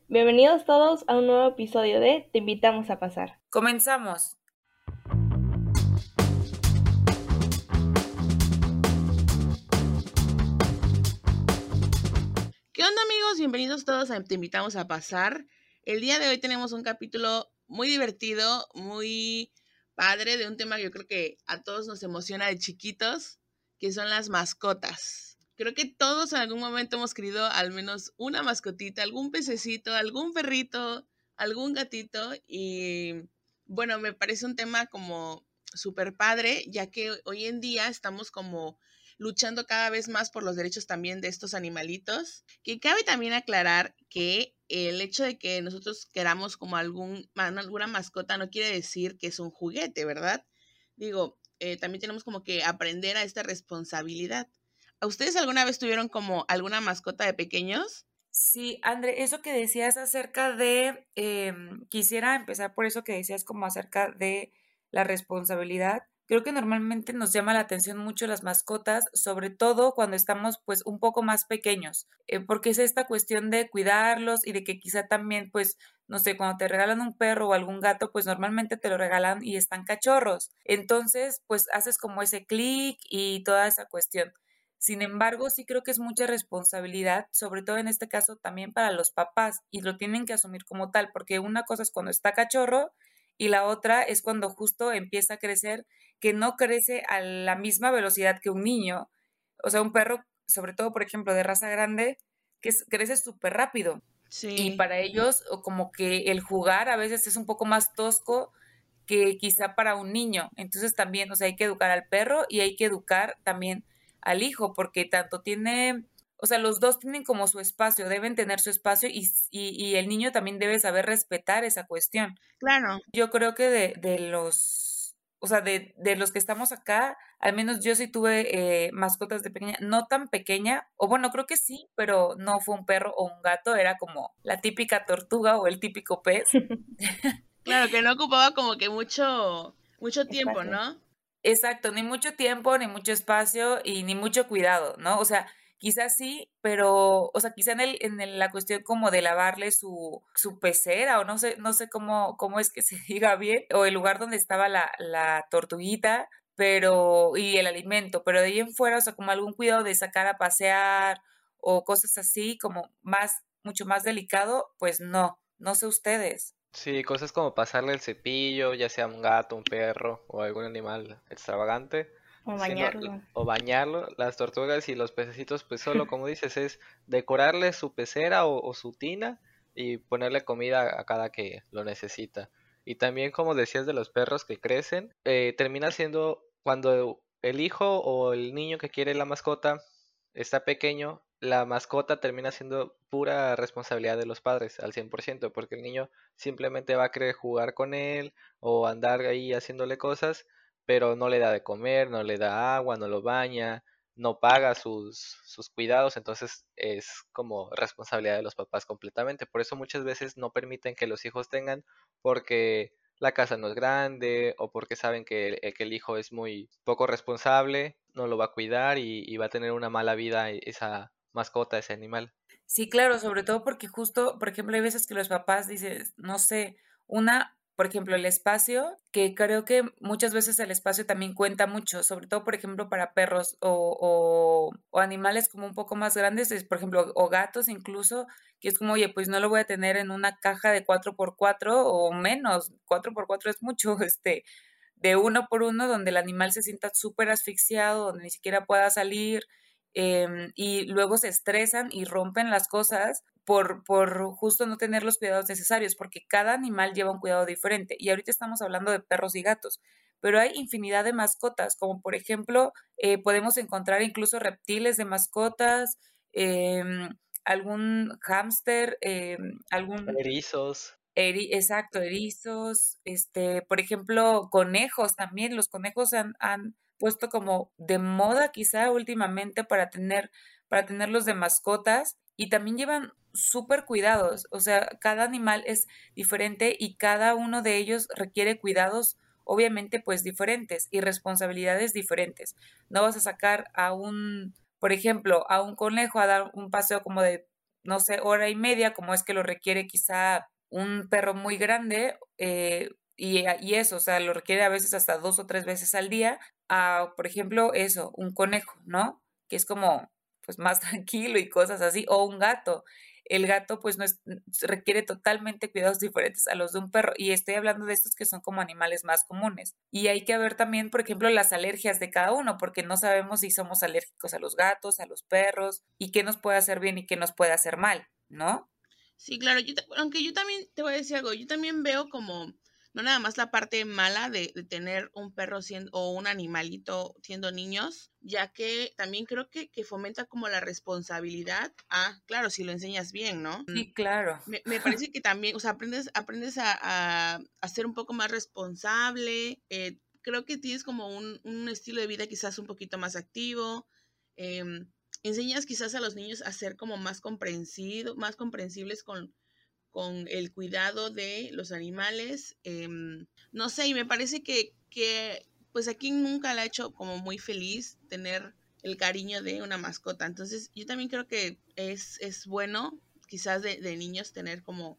Bienvenidos todos a un nuevo episodio de Te invitamos a pasar. Comenzamos. ¿Qué onda, amigos? Bienvenidos todos a Te invitamos a pasar. El día de hoy tenemos un capítulo muy divertido, muy padre, de un tema que yo creo que a todos nos emociona de chiquitos, que son las mascotas. Creo que todos en algún momento hemos querido al menos una mascotita, algún pececito, algún perrito, algún gatito, y bueno, me parece un tema como súper padre, ya que hoy en día estamos como luchando cada vez más por los derechos también de estos animalitos, que cabe también aclarar que el hecho de que nosotros queramos como alguna mascota no quiere decir que es un juguete, ¿verdad? Digo, también tenemos como que aprender a esta responsabilidad. ¿A ustedes alguna vez tuvieron como alguna mascota de pequeños? Sí, André, eso que decías acerca de, quisiera empezar por eso que decías como acerca de la responsabilidad. Creo que normalmente nos llama la atención mucho las mascotas, sobre todo cuando estamos pues un poco más pequeños, porque es esta cuestión de cuidarlos y de que quizá también pues, no sé, cuando te regalan un perro o algún gato, pues normalmente te lo regalan y están cachorros. Entonces, pues haces como ese clic y toda esa cuestión. Sin embargo, sí creo que es mucha responsabilidad, sobre todo en este caso también para los papás, y lo tienen que asumir como tal, porque una cosa es cuando está cachorro y la otra es cuando justo empieza a crecer, que no crece a la misma velocidad que un niño. O sea, un perro, sobre todo, por ejemplo, de raza grande, crece súper rápido. Y Sí. para ellos, o como que el jugar a veces es un poco más tosco que quizá para un niño. Entonces también, o sea, hay que educar al perro y hay que educar también al hijo, porque tanto tiene, o sea, los dos tienen como su espacio, deben tener su espacio y el niño también debe saber respetar esa cuestión. Claro. Yo creo que de los, o sea, de los que estamos acá, al menos yo sí tuve mascotas de pequeña, no tan pequeña, o bueno, creo que sí, pero no fue un perro o un gato, era como la típica tortuga o el típico pez. Claro, que no ocupaba como que mucho tiempo, Espacio. ¿no? Exacto, ni mucho tiempo, ni mucho espacio y ni mucho cuidado, ¿no? O sea, quizás sí, pero, o sea, quizá la cuestión como de lavarle su pecera o no sé cómo es que se diga bien, o el lugar donde estaba la tortuguita, pero, y el alimento, pero de ahí en fuera, o sea, como algún cuidado de sacar a pasear o cosas así, como mucho más delicado, pues no sé ustedes. Sí, cosas como pasarle el cepillo, ya sea un gato, un perro o algún animal extravagante, O sino, bañarlo. o bañarlo. Las tortugas y los pececitos, pues solo, como dices, es decorarle su pecera o su tina y ponerle comida a cada que lo necesita. Y también, como decías de los perros que crecen, termina siendo cuando el hijo o el niño que quiere la mascota está pequeño, la mascota termina siendo pura responsabilidad de los padres al 100%, porque el niño simplemente va a querer jugar con él o andar ahí haciéndole cosas, pero no le da de comer, no le da agua, no lo baña, no paga sus cuidados, entonces es como responsabilidad de los papás completamente. Por eso muchas veces no permiten que los hijos tengan, porque la casa no es grande o porque saben que el hijo es muy poco responsable, no lo va a cuidar y va a tener una mala vida esa mascota, ese animal. Sí, claro, sobre todo porque justo, por ejemplo, hay veces que los papás dicen, no sé, por ejemplo, el espacio, que creo que muchas veces el espacio también cuenta mucho, sobre todo, por ejemplo, para perros o animales como un poco más grandes, por ejemplo, o gatos incluso, que es como, oye, pues no lo voy a tener en una caja de 4x4 o menos, 4x4 es mucho, de uno por uno, donde el animal se sienta súper asfixiado, donde ni siquiera pueda salir, y luego se estresan y rompen las cosas por justo no tener los cuidados necesarios, porque cada animal lleva un cuidado diferente. Y ahorita estamos hablando de perros y gatos, pero hay infinidad de mascotas, como por ejemplo, podemos encontrar incluso reptiles de mascotas, algún hámster, algún Erizos. Exacto, erizos, por ejemplo, conejos también. Los conejos han puesto como de moda quizá últimamente para tenerlos de mascotas y también llevan súper cuidados. O sea, cada animal es diferente y cada uno de ellos requiere cuidados, obviamente, pues diferentes y responsabilidades diferentes. No vas a sacar por ejemplo, a un conejo a dar un paseo como de no sé, hora y media, como es que lo requiere quizá un perro muy grande, y eso, o sea, lo requiere a veces hasta 2 o 3 veces al día, a, por ejemplo, eso, un conejo, ¿no? Que es como, pues, más tranquilo y cosas así, o un gato. El gato, pues, no es, requiere totalmente cuidados diferentes a los de un perro, y estoy hablando de estos que son como animales más comunes. Y hay que ver también, por ejemplo, las alergias de cada uno, porque no sabemos si somos alérgicos a los gatos, a los perros, y qué nos puede hacer bien y qué nos puede hacer mal, ¿no? Sí, claro, aunque yo también te voy a decir algo, yo también veo como, no nada más la parte mala de tener un perro siendo, o un animalito siendo niños, ya que también creo que fomenta como la responsabilidad. Ah, claro, si lo enseñas bien, ¿no? Sí, claro. Me parece que también, o sea, aprendes a ser un poco más responsable, creo que tienes como un estilo de vida quizás un poquito más activo, em, enseñas quizás a los niños a ser como más comprensibles con el cuidado de los animales. No sé, y me parece que pues aquí nunca le ha hecho como muy feliz tener el cariño de una mascota. Entonces yo también creo que es bueno quizás de niños tener como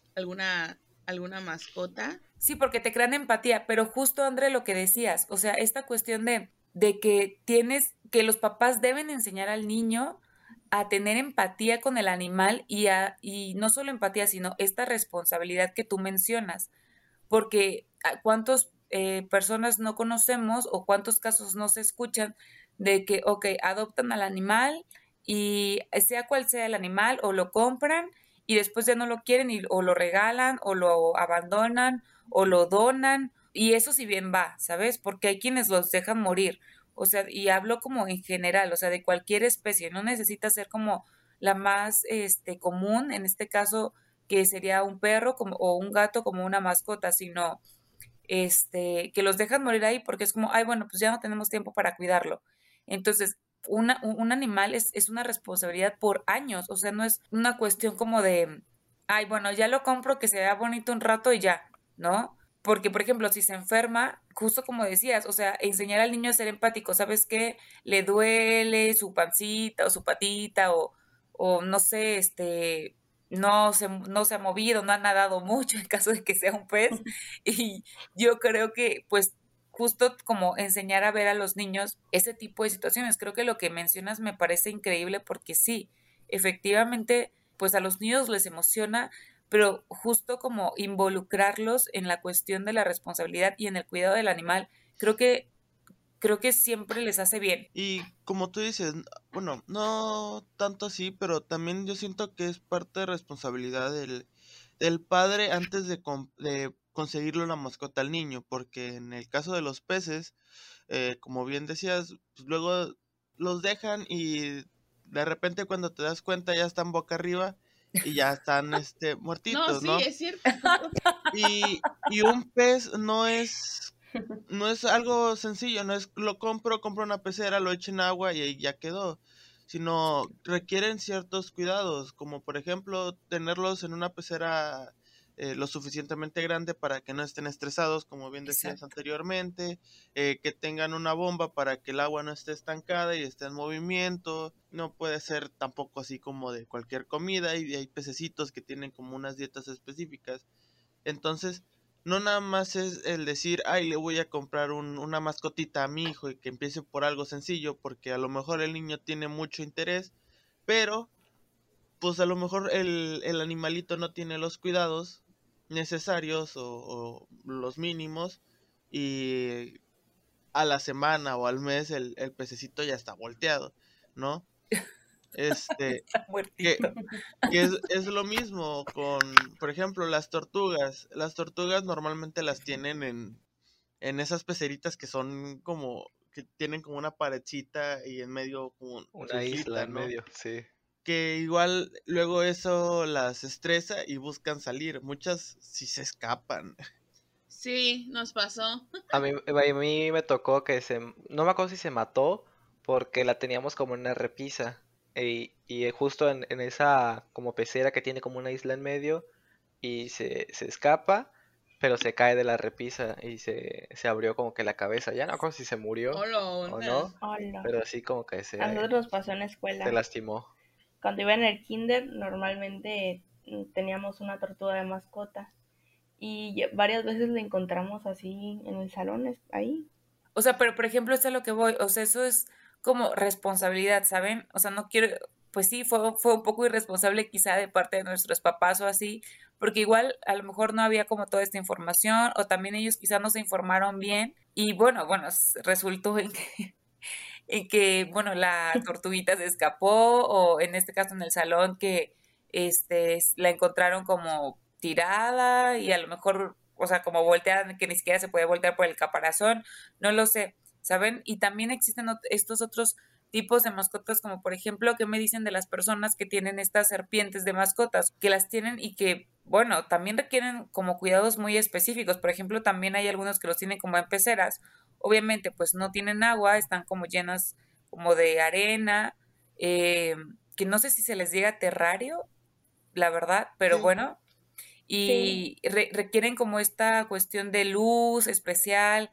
alguna mascota. Sí, porque te crean empatía, pero justo, André, lo que decías, o sea, esta cuestión de que que los papás deben enseñar al niño a tener empatía con el animal y no solo empatía, sino esta responsabilidad que tú mencionas, porque cuántas personas no conocemos o cuántos casos no se escuchan de que, ok, adoptan al animal y sea cual sea el animal, o lo compran y después ya no lo quieren o lo regalan o lo abandonan o lo donan, y eso si bien va, ¿sabes? Porque hay quienes los dejan morir, o sea, y hablo como en general, o sea, de cualquier especie, no necesita ser como la más común, en este caso que sería un perro o un gato como una mascota, sino que los dejan morir ahí porque es como, ay, bueno, pues ya no tenemos tiempo para cuidarlo. Entonces, un animal es una responsabilidad por años, o sea, no es una cuestión como de, ay, bueno, ya lo compro, que se vea bonito un rato y ya, ¿no? Porque, por ejemplo, si se enferma, justo como decías, o sea, enseñar al niño a ser empático, ¿sabes qué? Le duele su pancita o su patita o no sé, no se ha movido, no ha nadado mucho en caso de que sea un pez. Y yo creo que, pues, justo como enseñar a ver a los niños ese tipo de situaciones. Creo que lo que mencionas me parece increíble porque sí, efectivamente, pues a los niños les emociona, pero justo como involucrarlos en la cuestión de la responsabilidad y en el cuidado del animal, creo que siempre les hace bien. Y como tú dices, bueno, no tanto así, pero también yo siento que es parte de responsabilidad del padre antes de conseguirle una mascota al niño, porque en el caso de los peces, como bien decías, pues luego los dejan y de repente cuando te das cuenta ya están boca arriba y ya están No, muertitos, sí, ¿no? es cierto. Y un pez no es algo sencillo, no es compro una pecera, lo echo en agua y ahí ya quedó, sino requieren ciertos cuidados, como por ejemplo tenerlos en una pecera lo suficientemente grande para que no estén estresados, como bien decías Exacto. anteriormente, que tengan una bomba para que el agua no esté estancada y esté en movimiento, no puede ser tampoco así como de cualquier comida, y hay pececitos que tienen como unas dietas específicas. Entonces, no nada más es el decir, ay, le voy a comprar una mascotita a mi hijo y que empiece por algo sencillo, porque a lo mejor el niño tiene mucho interés, pero pues a lo mejor el animalito no tiene los cuidados necesarios o los mínimos y a la semana o al mes el pececito ya está volteado, ¿no? Este, Está que, muertito. que es lo mismo con, por ejemplo, las tortugas. Las tortugas normalmente las tienen en esas peceritas que son como, que tienen como una paredcita y en medio como su Una isla islita, en ¿no? medio, sí. Que igual luego eso las estresa y buscan salir. Muchas sí se escapan. Sí, nos pasó. A mí me tocó no me acuerdo si se mató porque la teníamos como en una repisa y justo en esa como pecera que tiene como una isla en medio y se escapa, pero se cae de la repisa y se abrió como que la cabeza. Ya no me acuerdo si se murió Hola, o onda. no, Hola. pero así como que A nosotros nos pasó en la se escuela. lastimó. Cuando iba en el kinder, normalmente teníamos una tortuga de mascota y varias veces la encontramos así en el salón, ahí. O sea, pero por ejemplo, esto es a lo que voy, o sea, eso es como responsabilidad, ¿saben? O sea, no quiero, pues sí, fue un poco irresponsable quizá de parte de nuestros papás o así, porque igual a lo mejor no había como toda esta información, o también ellos quizá no se informaron bien, y bueno, resultó en que, bueno, la tortuguita se escapó, o en este caso en el salón que la encontraron como tirada y a lo mejor, o sea, como volteada, que ni siquiera se puede voltear por el caparazón, no lo sé, ¿saben? Y también existen estos otros tipos de mascotas, como por ejemplo, ¿qué me dicen de las personas que tienen estas serpientes de mascotas? Que las tienen y que, bueno, también requieren como cuidados muy específicos. Por ejemplo, también hay algunos que los tienen como en peceras. Obviamente, pues no tienen agua, están como llenas como de arena, eh, que no sé si se les diga terrario, la verdad, pero Sí. bueno, Sí, y requieren como esta cuestión de luz especial,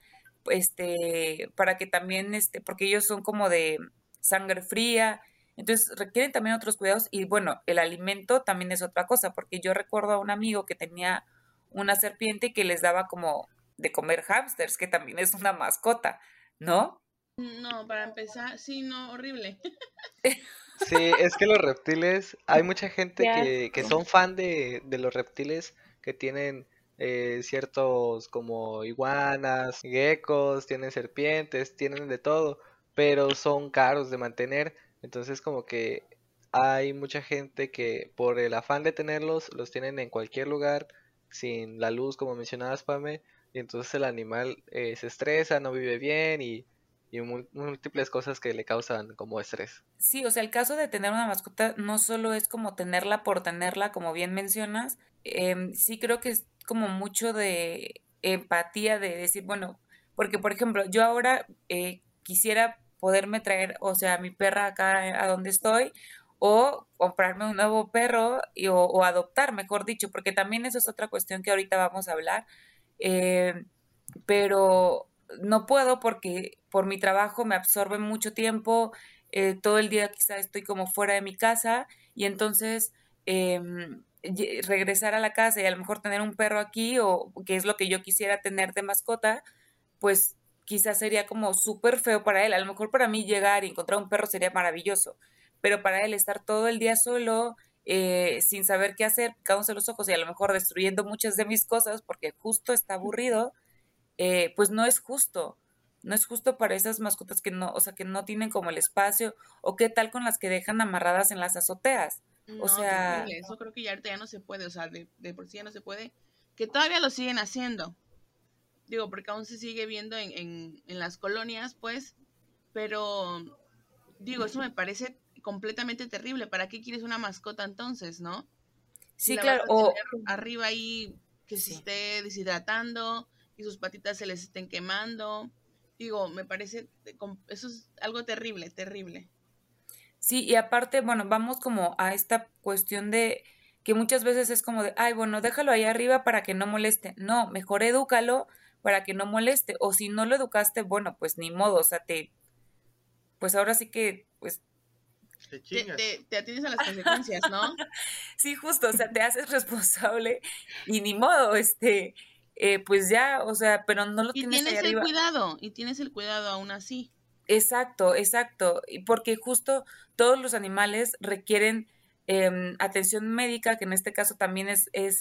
para que también, porque ellos son como de sangre fría, entonces requieren también otros cuidados y bueno, el alimento también es otra cosa, porque yo recuerdo a un amigo que tenía una serpiente que les daba como de comer hámsters, que también es una mascota, ¿no? No, para empezar, sí, no, horrible. Sí, es que los reptiles, hay mucha gente qué que asco. son fan de los reptiles que tienen ciertos como iguanas, geckos, tienen serpientes, tienen de todo, pero son caros de mantener. Entonces como que hay mucha gente que por el afán de tenerlos, los tienen en cualquier lugar, sin la luz, como mencionabas, Pame, y entonces el animal se estresa, no vive bien y múltiples cosas que le causan como estrés. Sí, o sea, el caso de tener una mascota no solo es como tenerla por tenerla, como bien mencionas, sí creo que es como mucho de empatía, de decir, bueno, porque por ejemplo, yo ahora quisiera poderme traer, o sea, a mi perra acá a donde estoy, o comprarme un nuevo perro o adoptar, mejor dicho, porque también eso es otra cuestión que ahorita vamos a hablar, eh, pero no puedo porque por mi trabajo me absorbe mucho tiempo, todo el día quizá estoy como fuera de mi casa y entonces regresar a la casa y a lo mejor tener un perro aquí o que es lo que yo quisiera tener de mascota, pues quizás sería como súper feo para él. A lo mejor para mí llegar y encontrar un perro sería maravilloso, pero para él estar todo el día solo, sin saber qué hacer, picándose los ojos y a lo mejor destruyendo muchas de mis cosas porque justo está aburrido, pues no es justo. No es justo para esas mascotas que no, o sea, que no tienen como el espacio, o qué tal con las que dejan amarradas en las azoteas. O No, sea, terrible. Eso creo que ya ahorita ya no se puede, o sea, de por sí ya no se puede. Que todavía lo siguen haciendo. Digo, porque aún se sigue viendo en las colonias, pues, pero digo, eso me parece completamente terrible. ¿Para qué quieres una mascota entonces, no? Si sí, la vas claro, a tener o arriba ahí que se sí. esté deshidratando y sus patitas se les estén quemando. Digo, me parece, eso es algo terrible, terrible. Sí, y aparte, bueno, vamos como a esta cuestión de que muchas veces es como de, ay, bueno, déjalo ahí arriba para que no moleste. No, mejor edúcalo para que no moleste. O si no lo educaste, bueno, pues ni modo, o sea, pues ahora sí que, pues Te Te, chingas. te, te atienes a las consecuencias, ¿no? sí, justo, o sea, te haces responsable y ni modo, pues ya, o sea, pero no lo tienes ahí arriba. Y tienes el cuidado aún así. Exacto, exacto, y porque justo todos los animales requieren atención médica, que en este caso también es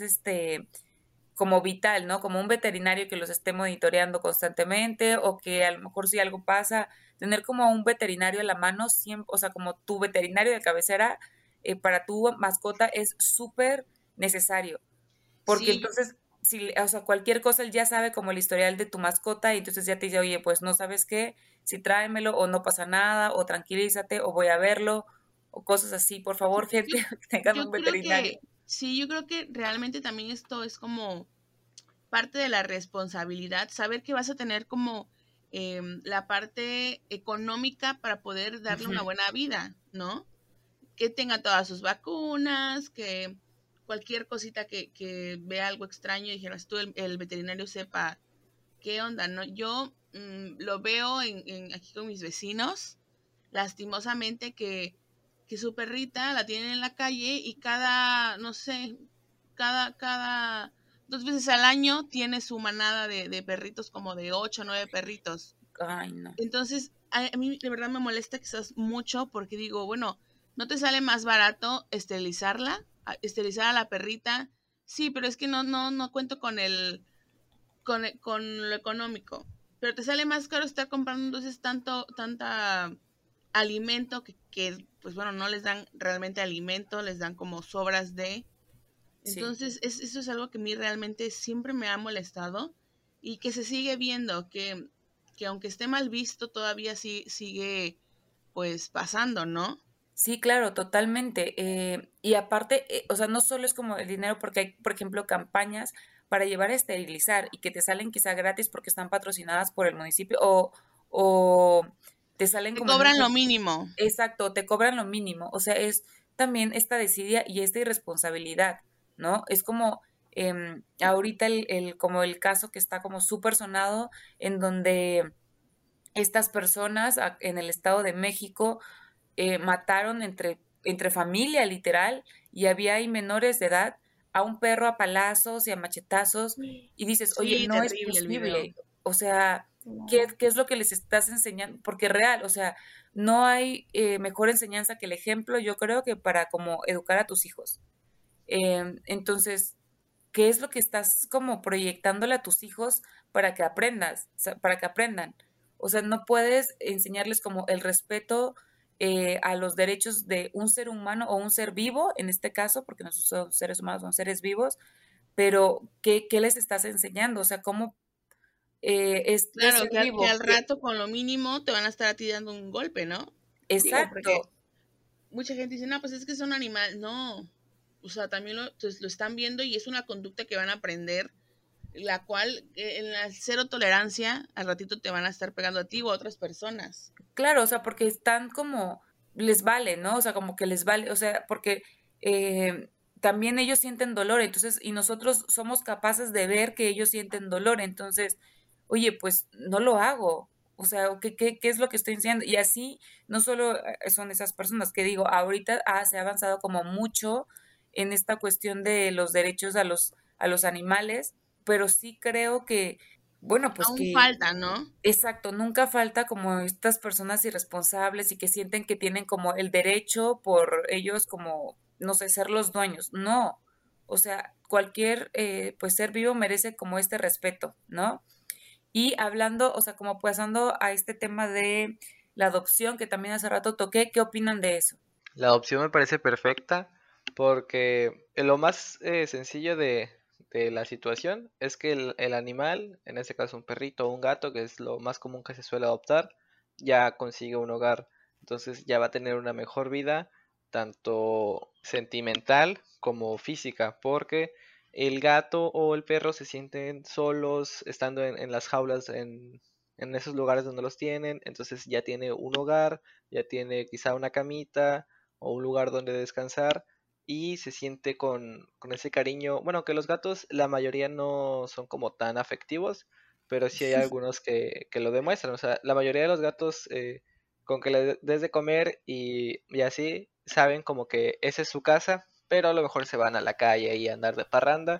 como vital, ¿no? Como un veterinario que los esté monitoreando constantemente o que a lo mejor si algo pasa, tener como un veterinario a la mano, siempre, o sea, como tu veterinario de cabecera para tu mascota es súper necesario, porque Sí, entonces, si, o sea, cualquier cosa él ya sabe como el historial de tu mascota y entonces ya te dice, oye, pues no sabes qué, si tráemelo o no pasa nada o tranquilízate o voy a verlo o cosas así. Por favor, yo, gente, que tengan yo un creo veterinario. que, sí, yo creo que realmente también esto es como parte de la responsabilidad, saber que vas a tener como la parte económica para poder darle una Ujú. buena vida, ¿no? Que tenga todas sus vacunas, que cualquier cosita que vea algo extraño, dijeras tú, el veterinario sepa qué onda, ¿no? Yo lo veo aquí con mis vecinos, lastimosamente que que su perrita la tienen en la calle y cada, no sé, cada 2 veces al año tiene su manada de perritos, como de 8 o 9 perritos. Ay, no. Entonces, a mí de verdad me molesta quizás mucho porque digo, bueno, ¿no te sale más barato esterilizar a la perrita? Sí, pero es que no cuento con lo económico. Pero te sale más caro estar comprando entonces tanta alimento que, pues bueno, no les dan realmente alimento, les dan como sobras de. Sí. Entonces, eso es algo que a mí realmente siempre me ha molestado y que se sigue viendo, que aunque esté mal visto, todavía sí sigue pues pasando, ¿no? Sí, claro, totalmente. Y aparte, o sea, no solo es como el dinero, porque hay, por ejemplo, campañas para llevar a esterilizar y que te salen quizá gratis porque están patrocinadas por el municipio o te salen Te como en un... cobran lo mínimo. Exacto, te cobran lo mínimo. O sea, es también esta desidia y esta irresponsabilidad, ¿no? Es como ahorita como el caso que está como súper sonado en donde estas personas en el Estado de México mataron entre familia, literal, y había ahí menores de edad a un perro a palazos y a machetazos, y dices, oye, Sí, no es terrible el video. posible, o sea, ¿qué, No. qué es lo que les estás enseñando? Porque real, o sea, no hay mejor enseñanza que el ejemplo, yo creo que para como educar a tus hijos. Entonces, ¿qué es lo que estás como proyectándole a tus hijos para que aprendas, o sea, para que aprendan? O sea, no puedes enseñarles como el respeto a los derechos de un ser humano o un ser vivo, en este caso, porque no son seres humanos, son seres vivos, pero ¿qué les estás enseñando? O sea, ¿cómo este Claro, ser que vivo? al rato con lo mínimo te van a estar a ti dando un golpe, ¿no? Digo, porque Exacto, mucha gente dice, no, pues es que es un animal. No, o sea, también pues, lo están viendo y es una conducta que van a aprender, la cual en la cero tolerancia al ratito te van a estar pegando a ti o a otras personas. claro, o sea, porque están como, les vale, ¿no? O sea, como que les vale, o sea, porque también ellos sienten dolor, entonces, y nosotros somos capaces de ver que ellos sienten dolor, entonces, oye, pues no lo hago, o sea, ¿qué es lo que estoy enseñando? Y así, no solo son esas personas que digo, ahorita se ha avanzado como mucho en esta cuestión de los derechos a los animales, pero sí creo que, bueno, pues Aún que falta, ¿no? exacto, nunca falta como estas personas irresponsables y que sienten que tienen como el derecho por ellos como, no sé, ser los dueños. No, o sea, cualquier pues ser vivo merece como este respeto, ¿no? Y hablando, o sea, como pasando a este tema de la adopción que también hace rato toqué, ¿qué opinan de eso? La adopción me parece perfecta porque lo más sencillo de la situación es que el animal, en este caso un perrito o un gato, que es lo más común que se suele adoptar, ya consigue un hogar. Entonces ya va a tener una mejor vida, tanto sentimental como física, porque el gato o el perro se sienten solos estando en las jaulas, en esos lugares donde los tienen. Entonces ya tiene un hogar, ya tiene quizá una camita o un lugar donde descansar y se siente con ese cariño. Bueno, que los gatos, la mayoría no son como tan afectivos, pero sí hay algunos que lo demuestran. O sea, la mayoría de los gatos, con que les des de comer y así, saben como que esa es su casa, pero a lo mejor se van a la calle y a andar de parranda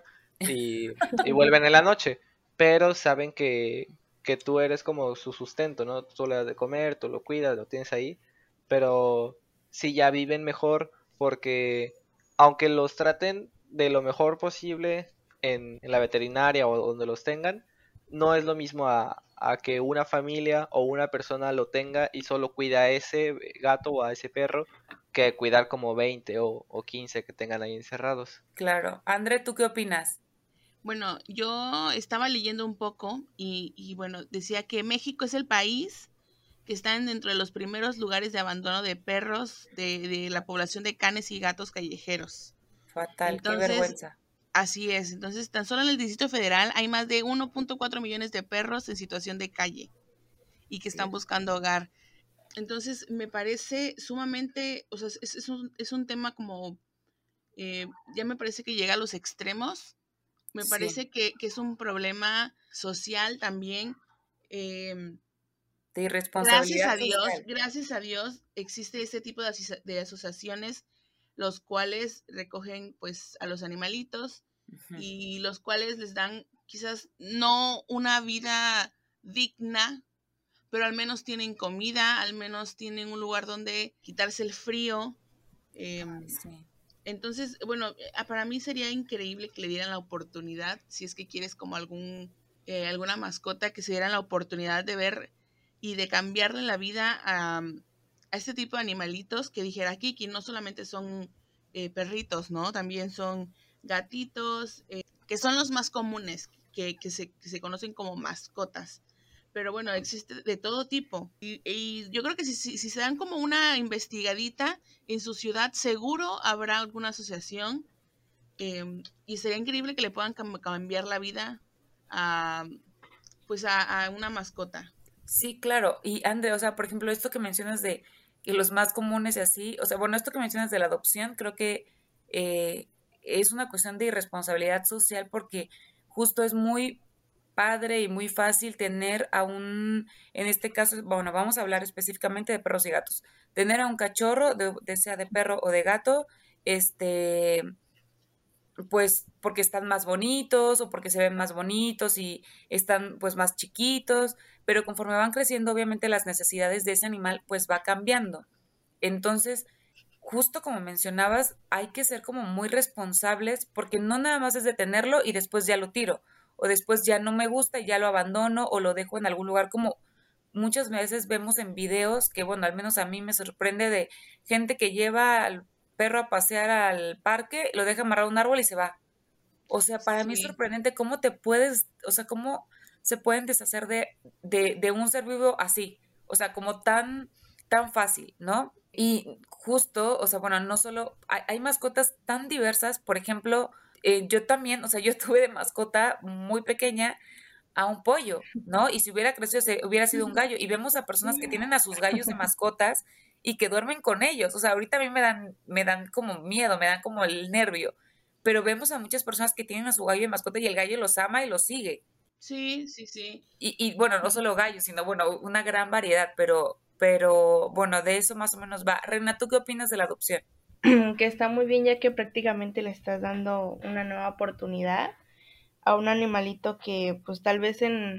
y vuelven en la noche, pero saben que tú eres como su sustento, ¿no? Tú le das de comer, tú lo cuidas, lo tienes ahí, pero sí ya viven mejor porque aunque los traten de lo mejor posible en la veterinaria o donde los tengan, no es lo mismo a que una familia o una persona lo tenga y solo cuida a ese gato o a ese perro que cuidar como 20 o 15 que tengan ahí encerrados. Claro. André, ¿tú qué opinas? Bueno, yo estaba leyendo un poco y bueno, decía que México es el país que está dentro de los primeros lugares de abandono de perros de la población de canes y gatos callejeros. Fatal, qué Entonces, vergüenza. así es. Entonces, tan solo en el Distrito Federal hay más de 1.4 millones de perros en situación de calle y que están buscando hogar. Entonces, me parece sumamente, o sea, es un tema como, ya me parece que llega a los extremos. Me Sí, parece que es un problema social también. eh, irresponsabilidad social. Gracias a Dios existe ese tipo de asociaciones, los cuales recogen pues a los animalitos y los cuales les dan quizás no una vida digna, pero al menos tienen comida, al menos tienen un lugar donde quitarse el frío. Sí. Entonces, bueno, para mí sería increíble que le dieran la oportunidad, si es que quieres como alguna mascota, que se dieran la oportunidad de ver y de cambiarle la vida a este tipo de animalitos, que dijera Kiki, no solamente son perritos, ¿no? También son gatitos, que son los más comunes, que se conocen como mascotas. Pero bueno, existe de todo tipo. Y yo creo que si se dan como una investigadita en su ciudad, seguro habrá alguna asociación. Y sería increíble que le puedan cambiar la vida a, pues a una mascota. Sí, claro. Y André, o sea, por ejemplo, esto que mencionas de que los más comunes y así, o sea, bueno, esto que mencionas de la adopción, creo que es una cuestión de irresponsabilidad social porque justo es muy padre y muy fácil tener en este caso, bueno, vamos a hablar específicamente de perros y gatos, tener a un cachorro, sea de perro o de gato, pues porque están más bonitos o porque se ven más bonitos y están pues más chiquitos, pero conforme van creciendo, obviamente las necesidades de ese animal pues va cambiando. Entonces, justo como mencionabas, hay que ser como muy responsables porque no nada más es de tenerlo y después ya lo tiro o después ya no me gusta y ya lo abandono o lo dejo en algún lugar como muchas veces vemos en videos que, bueno, al menos a mí me sorprende de gente que lleva al perro a pasear al parque, lo deja amarrado a un árbol y se va. O sea, para mí es Sí. sorprendente cómo o sea, cómo se pueden deshacer de un ser vivo así. O sea, como tan fácil, ¿no? Y justo, o sea, bueno, no solo, hay mascotas tan diversas, por ejemplo, yo también, o sea, yo tuve de mascota muy pequeña a un pollo, ¿no? Y si hubiera crecido, hubiera sido un gallo. Y vemos a personas que tienen a sus gallos de mascotas y que duermen con ellos. O sea, ahorita a mí me dan como miedo, me dan como el nervio. Pero vemos a muchas personas que tienen a su gallo de mascota y el gallo los ama y los sigue. Sí, sí, sí. Y bueno, no solo gallos, sino bueno, una gran variedad, pero bueno, de eso más o menos va. Reina, ¿tú qué opinas de la adopción? Que está muy bien ya que prácticamente le estás dando una nueva oportunidad a un animalito que pues tal vez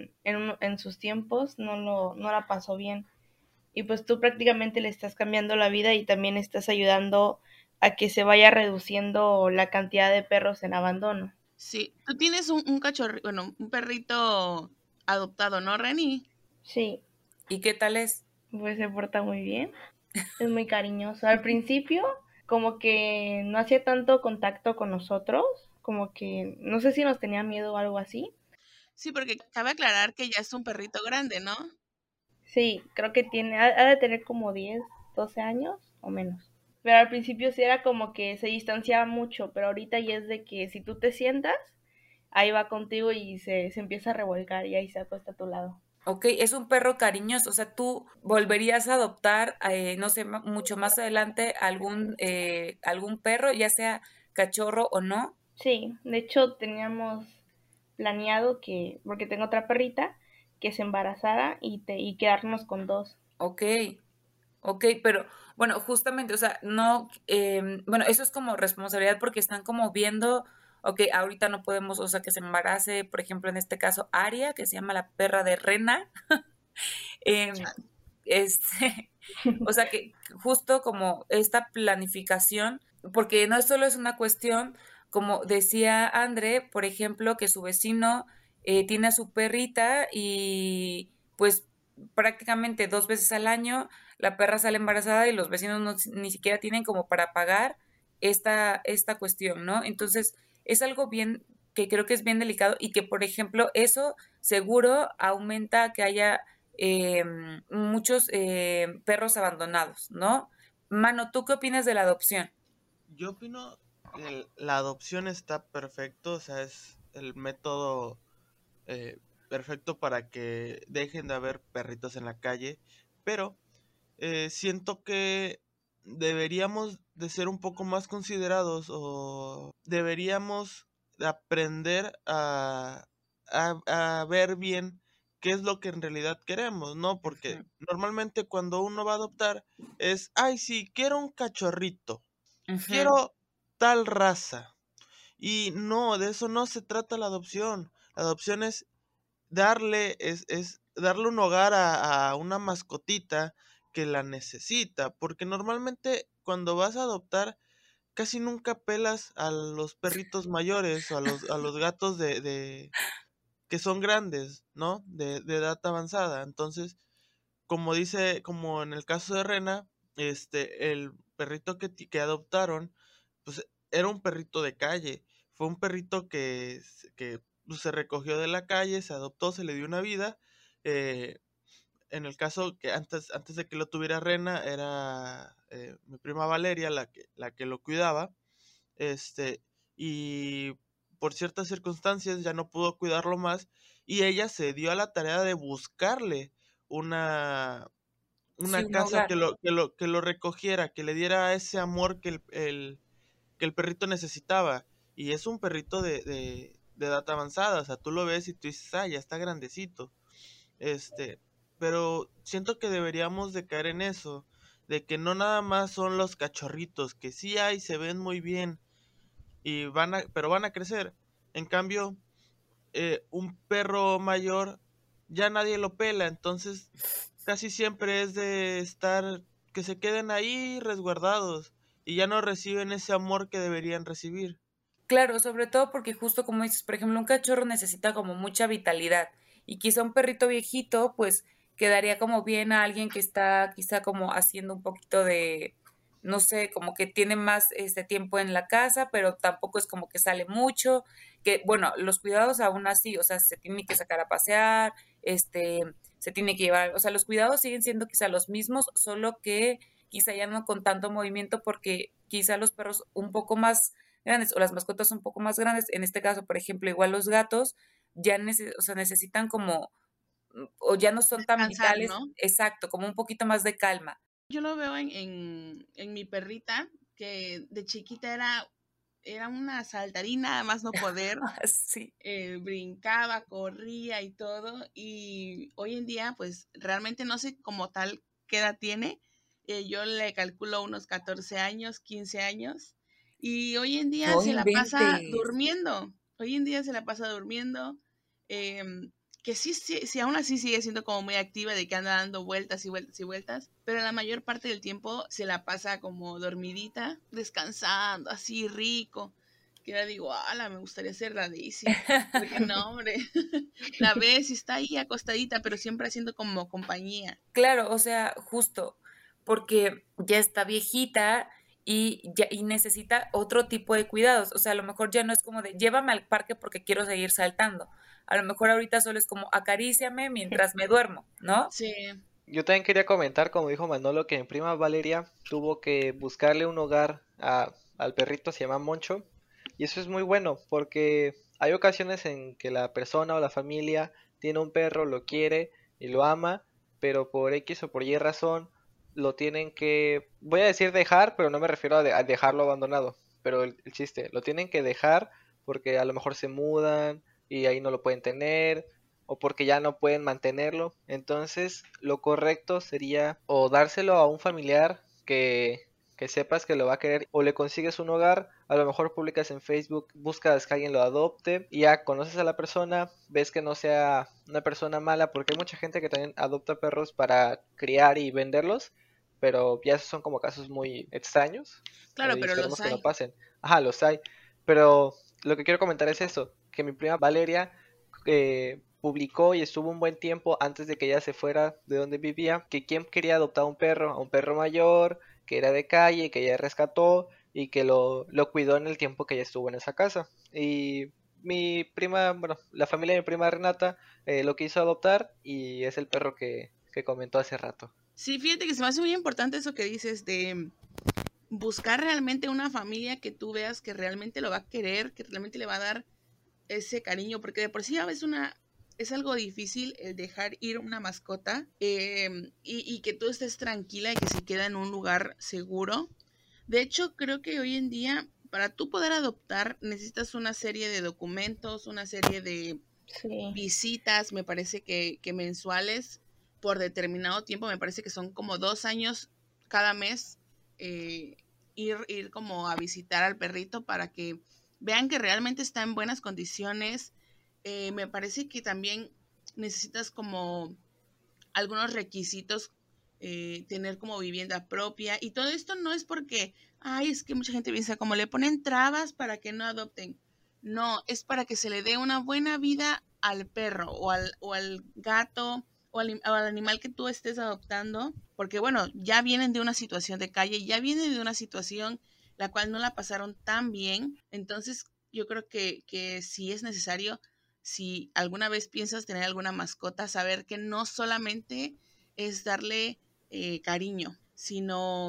en sus tiempos no la pasó bien. Y pues tú prácticamente le estás cambiando la vida y también estás ayudando a que se vaya reduciendo la cantidad de perros en abandono. Sí, tú tienes un cachorro, bueno, un perrito adoptado, ¿no, Reni? Sí, ¿Y qué tal es? pues se porta muy bien, es muy cariñoso. Al principio como que no hacía tanto contacto con nosotros, como que no sé si nos tenía miedo o algo así. Sí, porque cabe aclarar que ya es un perrito grande, ¿no? Sí, creo que ha de tener como 10, 12 años o menos. Pero al principio sí era como que se distanciaba mucho, pero ahorita ya es de que si tú te sientas, ahí va contigo y se empieza a revolcar y ahí se acuesta a tu lado. Ok, es un perro cariñoso, o sea, tú volverías a adoptar, no sé, mucho más adelante algún perro, ya sea cachorro o no. Sí, de hecho teníamos planeado que, porque tengo otra perrita, que se embarazara y quedarnos con dos. Ok, ok, pero bueno, justamente, o sea, no, bueno, eso es como responsabilidad porque están como viendo, ok, ahorita no podemos, o sea, que se embarace, por ejemplo, en este caso, Aria, que se llama la perra de Rena, em, este, o sea, que justo como esta planificación, porque no solo es una cuestión, como decía André, por ejemplo, que su vecino tiene a su perrita y pues prácticamente 2 veces al año la perra sale embarazada y los vecinos ni siquiera tienen como para pagar esta cuestión, ¿no? Entonces, es algo bien que creo que es bien delicado y que, por ejemplo, eso seguro aumenta que haya muchos perros abandonados, ¿no? Mano, ¿tú qué opinas de la adopción? Yo opino que la adopción está perfecto, o sea, es el método perfecto para que dejen de haber perritos en la calle, pero siento que deberíamos de ser un poco más considerados o deberíamos de aprender a ver bien qué es lo que en realidad queremos, ¿no? Porque Ujú. normalmente cuando uno va a adoptar es, ay, sí, quiero un cachorrito, Ujú. quiero tal raza. Y no, de eso no se trata la adopción. La adopción es darle un hogar a una mascotita que la necesita, porque normalmente cuando vas a adoptar casi nunca pelas a los perritos mayores o a los gatos de que son grandes, ¿no? De edad avanzada. Entonces, como en el caso de Rena, el perrito que adoptaron, pues era un perrito de calle. Fue un perrito que pues, se recogió de la calle, se adoptó, se le dio una vida. eh, en el caso que antes de que lo tuviera Rena, era mi prima Valeria la que lo cuidaba. Este, y por ciertas circunstancias ya no pudo cuidarlo más y ella se dio a la tarea de buscarle una, Sí, una un casa hogar. que lo recogiera, que le diera ese amor que el perrito necesitaba. Y es un perrito de edad avanzada, o sea, tú lo ves y tú dices, ah, ya está grandecito. Este, pero siento que deberíamos de caer en eso, de que no nada más son los cachorritos, que sí hay, se ven muy bien, pero van a crecer. En cambio, un perro mayor ya nadie lo pela, entonces casi siempre es de estar que se queden ahí resguardados y ya no reciben ese amor que deberían recibir. Claro, sobre todo porque justo como dices, por ejemplo, un cachorro necesita como mucha vitalidad y quizá un perrito viejito pues quedaría como bien a alguien que está quizá como haciendo un poquito de, no sé, como que tiene más tiempo en la casa, pero tampoco es como que sale mucho, que bueno, los cuidados aún así, o sea, se tiene que sacar a pasear, se tiene que llevar, o sea, los cuidados siguen siendo quizá los mismos, solo que quizá ya no con tanto movimiento porque quizá los perros un poco más grandes o las mascotas un poco más grandes, en este caso, por ejemplo, igual los gatos ya o sea, necesitan como, o ya no son tan Descansar, vitales, ¿no? exacto, como un poquito más de calma. Yo lo veo en mi perrita, que de chiquita era una saltarina, a más no poder. Sí. Brincaba, corría y todo. Y hoy en día, pues realmente no sé como tal qué edad tiene. Yo le calculo unos 14 años, 15 años. Y hoy en día No se la pasa inventes. durmiendo. Hoy en día se la pasa durmiendo. Que sí, aún así sigue siendo como muy activa, de que anda dando vueltas y vueltas y vueltas, pero la mayor parte del tiempo se la pasa como dormidita, descansando, así rico, que ahora digo, ala, me gustaría ser la Daisy, porque no, hombre, la ves y está ahí acostadita, pero siempre haciendo como compañía. Claro, o sea, justo, porque ya está viejita y necesita otro tipo de cuidados. O sea, a lo mejor ya no es como de llévame al parque porque quiero seguir saltando. A lo mejor ahorita solo es como acaríciame mientras me duermo, ¿no? Sí, Yo también quería comentar, como dijo Manolo, que mi prima Valeria tuvo que buscarle un hogar al perrito, se llama Moncho, y eso es muy bueno, porque hay ocasiones en que la persona o la familia tiene un perro, lo quiere y lo ama, pero por X o por Y razón lo tienen que, voy a decir dejar, pero no me refiero a dejarlo abandonado, pero el chiste, lo tienen que dejar porque a lo mejor se mudan y ahí no lo pueden tener o porque ya no pueden mantenerlo. Entonces, lo correcto sería o dárselo a un familiar que sepas que lo va a querer o le consigues un hogar, a lo mejor publicas en Facebook, buscas que alguien lo adopte y ya conoces a la persona, ves que no sea una persona mala, porque hay mucha gente que también adopta perros para criar y venderlos, pero ya esos son como casos muy extraños claro, y pero los esperemos que no hay. pasen. Ajá, los hay, pero lo que quiero comentar es eso, que mi prima Valeria publicó y estuvo un buen tiempo antes de que ella se fuera de donde vivía, que quien quería adoptar un perro, a un perro mayor, que era de calle, que ella rescató y que lo cuidó en el tiempo que ella estuvo en esa casa. Y mi prima, bueno, la familia de mi prima Renata lo quiso adoptar y es el perro que comentó hace rato. Sí, fíjate que se me hace muy importante eso que dices de buscar realmente una familia que tú veas que realmente lo va a querer, que realmente le va a dar ese cariño, porque de por sí a veces es algo difícil el dejar ir una mascota, y que tú estés tranquila y que se queda en un lugar seguro. De hecho, creo que hoy en día, para tú poder adoptar, necesitas una serie de documentos, una serie Sí, visitas, me parece que mensuales por determinado tiempo, me parece que son como 2 años cada mes, ir como a visitar al perrito para que vean que realmente está en buenas condiciones. Me parece que también necesitas como algunos requisitos, tener como vivienda propia. Y todo esto no es porque, ay, es que mucha gente piensa como le ponen trabas para que no adopten. No, es para que se le dé una buena vida al perro o al gato o al animal que tú estés adoptando, porque bueno, ya vienen de una situación de calle, ya vienen de una situación la cual no la pasaron tan bien. Entonces yo creo que sí es necesario, si alguna vez piensas tener alguna mascota, saber que no solamente es darle cariño, sino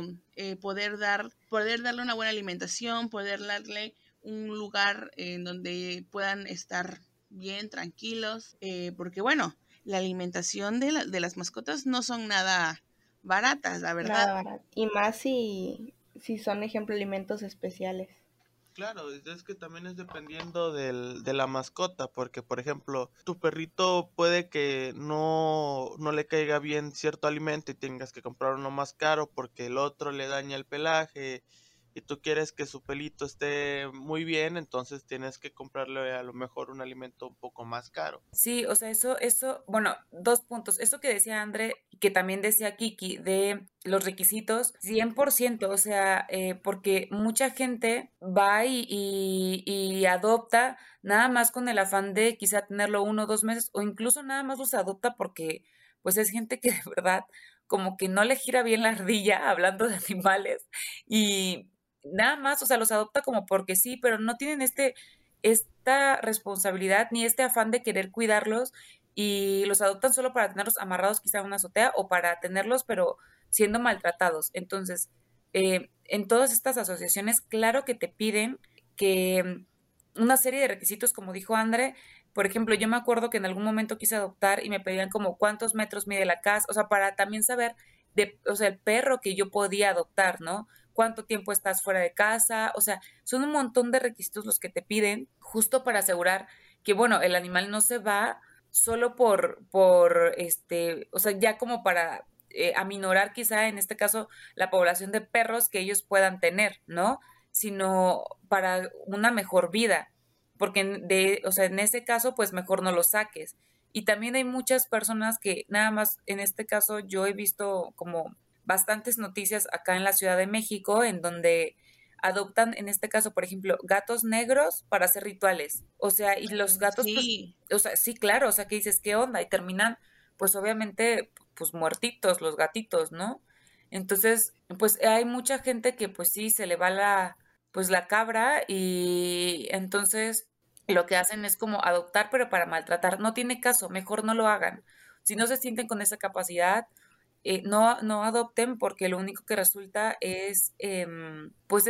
poder darle una buena alimentación, poder darle un lugar en donde puedan estar bien, tranquilos, porque bueno, la alimentación de las mascotas no son nada baratas, la verdad. nada barato. Y más si son, ejemplo, alimentos especiales. Claro, es que también es dependiendo de la mascota, porque por ejemplo, tu perrito puede que no le caiga bien cierto alimento y tengas que comprar uno más caro porque el otro le daña el pelaje y tú quieres que su pelito esté muy bien, entonces tienes que comprarle a lo mejor un alimento un poco más caro. Sí, o sea, bueno, 2 puntos. Eso que decía André, que también decía Kiki, de los requisitos, 100%, o sea, porque mucha gente va y adopta nada más con el afán de quizá tenerlo 1 o 2 meses, o incluso nada más los adopta porque, pues es gente que de verdad como que no le gira bien la ardilla, hablando de animales, y nada más, o sea, los adopta como porque sí, pero no tienen esta responsabilidad ni este afán de querer cuidarlos y los adoptan solo para tenerlos amarrados quizá a una azotea o para tenerlos pero siendo maltratados. Entonces, en todas estas asociaciones, claro que te piden que una serie de requisitos, como dijo André, por ejemplo, yo me acuerdo que en algún momento quise adoptar y me pedían como cuántos metros mide la casa, o sea, para también saber o sea, el perro que yo podía adoptar, ¿no? Cuánto tiempo estás fuera de casa, o sea, son un montón de requisitos los que te piden justo para asegurar que, bueno, el animal no se va solo o sea, ya como para aminorar quizá en este caso la población de perros que ellos puedan tener, ¿no? Sino para una mejor vida, porque o sea, en ese caso, pues mejor no lo saques. Y también hay muchas personas que nada más, en este caso, yo he visto como bastantes noticias acá en la Ciudad de México en donde adoptan, en este caso, por ejemplo, gatos negros para hacer rituales. O sea, y los gatos, pues, Sí, o sea, sí, claro, o sea, que dices, ¿qué onda? Y terminan, pues, obviamente, pues, muertitos los gatitos, ¿no? Entonces, pues, hay mucha gente que, pues, sí, se le va pues, la cabra y entonces lo que hacen es como adoptar, pero para maltratar. No tiene caso, mejor no lo hagan. Si no se sienten con esa capacidad, no adopten porque lo único que resulta es, pues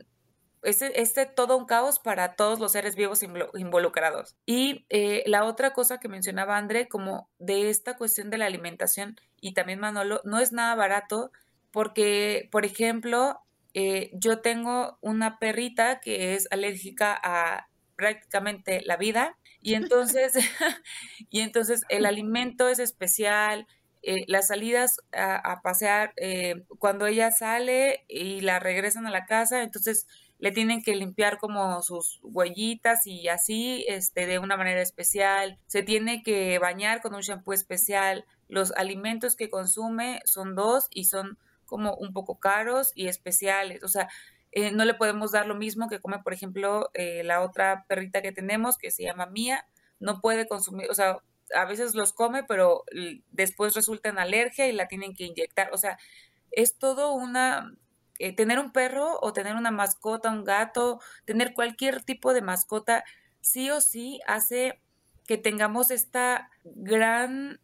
todo un caos para todos los seres vivos involucrados. Y la otra cosa que mencionaba André, como de esta cuestión de la alimentación y también Manolo, no es nada barato porque, por ejemplo, yo tengo una perrita que es alérgica a prácticamente la vida y entonces, y entonces el alimento es especial, las salidas a pasear, cuando ella sale y la regresan a la casa, entonces le tienen que limpiar como sus huellitas y así, de una manera especial, se tiene que bañar con un shampoo especial, los alimentos que consume son dos y son como un poco caros y especiales, o sea, no le podemos dar lo mismo que come, por ejemplo, la otra perrita que tenemos, que se llama Mía, no puede consumir, o sea, a veces los come, pero después resulta en alergia y la tienen que inyectar. O sea, es todo tener un perro o tener una mascota, un gato, tener cualquier tipo de mascota, sí o sí hace que tengamos esta gran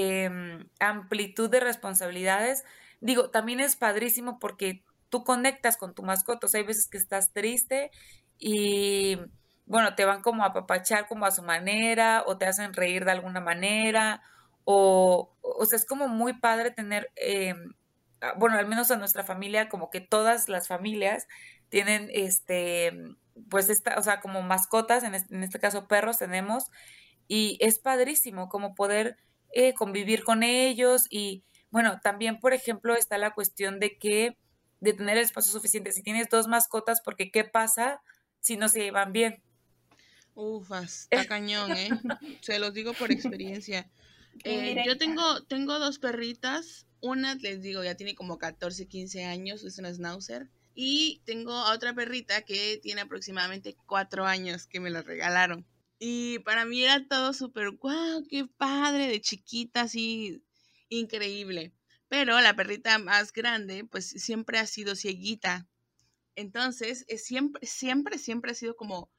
amplitud de responsabilidades. Digo, también es padrísimo porque tú conectas con tu mascota, o sea, hay veces que estás triste y bueno, te van como a apapachar como a su manera o te hacen reír de alguna manera o sea, es como muy padre tener, bueno, al menos a nuestra familia, como que todas las familias tienen, pues o sea, como mascotas, en este caso perros tenemos, y es padrísimo como poder convivir con ellos y bueno, también por ejemplo está la cuestión de tener el espacio suficiente. Si tienes 2 mascotas, porque ¿qué pasa si no se llevan bien? Ufas, está cañón, ¿eh? Se los digo por experiencia. Qué Yo indirecta. tengo 2 perritas. Una, les digo, ya tiene como 14, 15 años, es una schnauzer. Y tengo a otra perrita que tiene aproximadamente 4 años que me la regalaron. Y para mí era todo súper, guau, qué padre, de chiquita, así, increíble. Pero la perrita más grande, pues siempre ha sido cieguita. Entonces, siempre ha sido como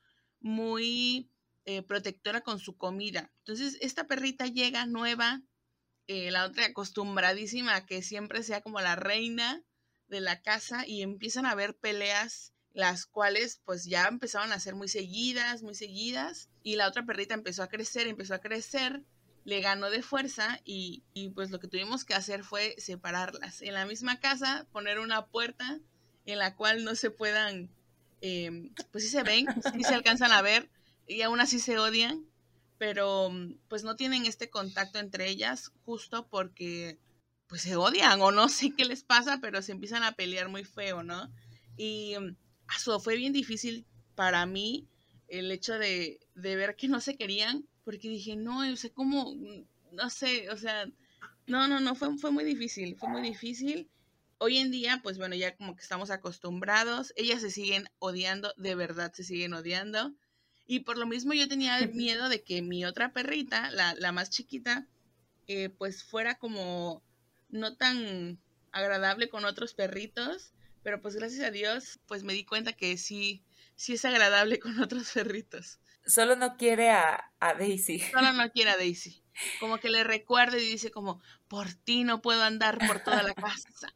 muy protectora con su comida. Entonces, esta perrita llega nueva, la otra acostumbradísima a que siempre sea como la reina de la casa y empiezan a haber peleas, las cuales pues ya empezaron a ser muy seguidas y la otra perrita empezó a crecer, le ganó de fuerza y pues lo que tuvimos que hacer fue separarlas. En la misma casa, poner una puerta en la cual no se puedan, pues sí se ven, sí se alcanzan a ver y aún así se odian, pero pues no tienen este contacto entre ellas justo porque pues se odian o no sé qué les pasa, pero se empiezan a pelear muy feo, ¿no? Y eso fue bien difícil para mí el hecho de ver que no se querían, porque dije, no, o sea, ¿cómo? No sé, o sea, no, fue muy difícil, fue muy difícil. Hoy en día, pues bueno, ya como que estamos acostumbrados, ellas se siguen odiando, de verdad se siguen odiando. Y por lo mismo yo tenía miedo de que mi otra perrita, la más chiquita, pues fuera como no tan agradable con otros perritos, pero pues gracias a Dios, pues me di cuenta que sí, sí es agradable con otros perritos. Solo no quiere a Daisy. Solo no quiere a Daisy. Como que le recuerda y dice como, por ti no puedo andar por toda la casa.